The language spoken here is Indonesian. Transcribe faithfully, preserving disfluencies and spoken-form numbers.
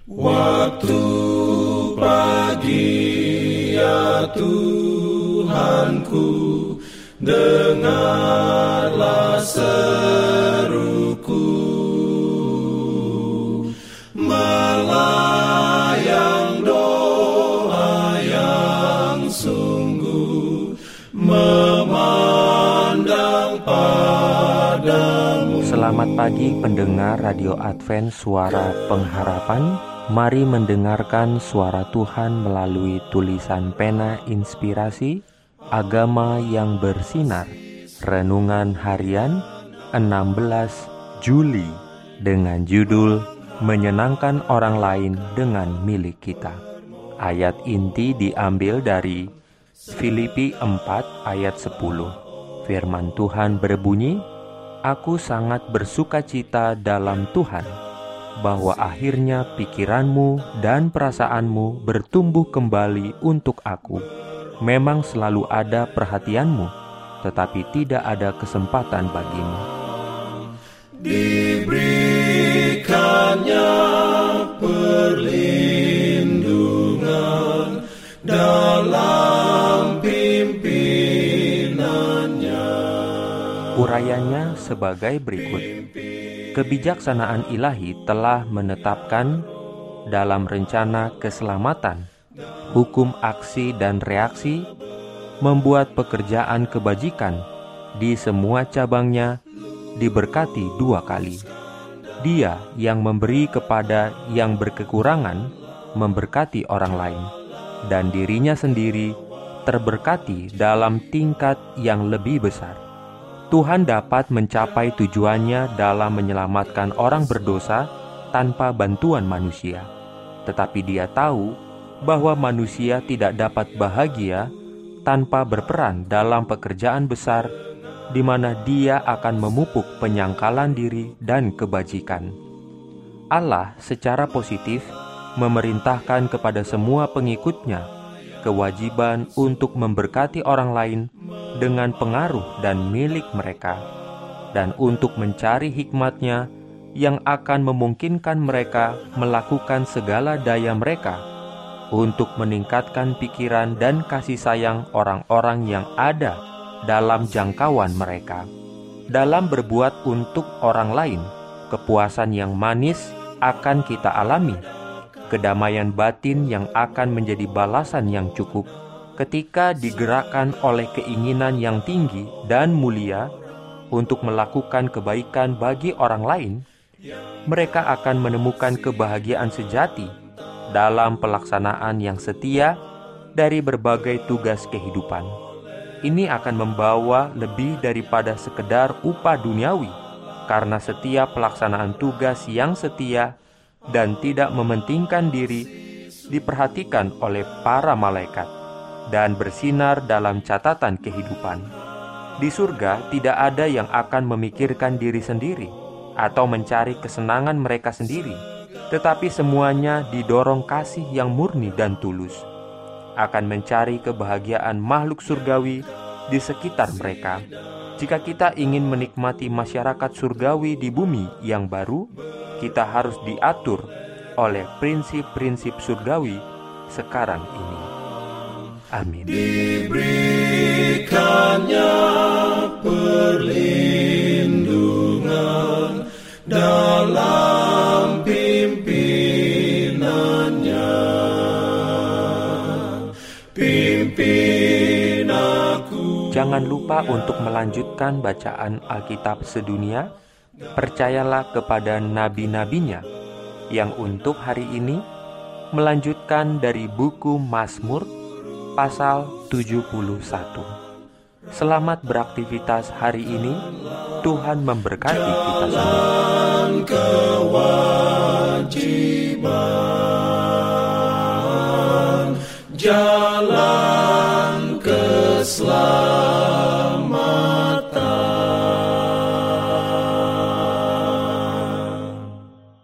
Waktu pagi ya Tuhanku, dengarlah seruku, melayang doa yang sungguh, memandang padamu. Selamat pagi pendengar Radio Advent Suara Pengharapan. Mari mendengarkan suara Tuhan melalui tulisan pena inspirasi Agama yang Bersinar. Renungan harian enam belas Juli dengan judul Menyenangkan Orang Lain dengan Milik Kita. Ayat inti diambil dari Filipi empat ayat sepuluh. Firman Tuhan berbunyi, "Aku sangat bersukacita dalam Tuhan, bahwa akhirnya pikiranmu dan perasaanmu bertumbuh kembali untuk aku. Memang selalu ada perhatianmu, tetapi tidak ada kesempatan bagimu." Diberikannya perlindungan dalam pimpinannya. Urayanya sebagai berikut. Kebijaksanaan ilahi telah menetapkan dalam rencana keselamatan, hukum aksi dan reaksi, membuat pekerjaan kebajikan di semua cabangnya diberkati dua kali. Dia yang memberi kepada yang berkekurangan memberkati orang lain, dan dirinya sendiri terberkati dalam tingkat yang lebih besar. Tuhan dapat mencapai tujuannya dalam menyelamatkan orang berdosa tanpa bantuan manusia. Tetapi Dia tahu bahwa manusia tidak dapat bahagia tanpa berperan dalam pekerjaan besar di mana Dia akan memupuk penyangkalan diri dan kebajikan. Allah secara positif memerintahkan kepada semua pengikutnya kewajiban untuk memberkati orang lain dengan pengaruh dan milik mereka, dan untuk mencari hikmat-Nya yang akan memungkinkan mereka melakukan segala daya mereka untuk meningkatkan pikiran dan kasih sayang orang-orang yang ada dalam jangkauan mereka. Dalam berbuat untuk orang lain, kepuasan yang manis akan kita alami, kedamaian batin yang akan menjadi balasan yang cukup. Ketika digerakkan oleh keinginan yang tinggi dan mulia untuk melakukan kebaikan bagi orang lain, mereka akan menemukan kebahagiaan sejati dalam pelaksanaan yang setia dari berbagai tugas kehidupan. Ini akan membawa lebih daripada sekedar upah duniawi, karena setiap pelaksanaan tugas yang setia dan tidak mementingkan diri diperhatikan oleh para malaikat dan bersinar dalam catatan kehidupan. Di surga tidak ada yang akan memikirkan diri sendiri atau mencari kesenangan mereka sendiri, tetapi semuanya didorong kasih yang murni dan tulus, akan mencari kebahagiaan makhluk surgawi di sekitar mereka. Jika kita ingin menikmati masyarakat surgawi di bumi yang baru, kita harus diatur oleh prinsip-prinsip surgawi sekarang ini. Amin. Diberikannya perlindungan dalam pimpinannya. Pimpin aku. Jangan lupa untuk melanjutkan bacaan Alkitab sedunia. Percayalah kepada nabi-nabinya yang untuk hari ini melanjutkan dari buku Mazmur pasal tujuh puluh satu. Selamat beraktivitas hari ini. Tuhan memberkati kita semua. Kewajiban, jalan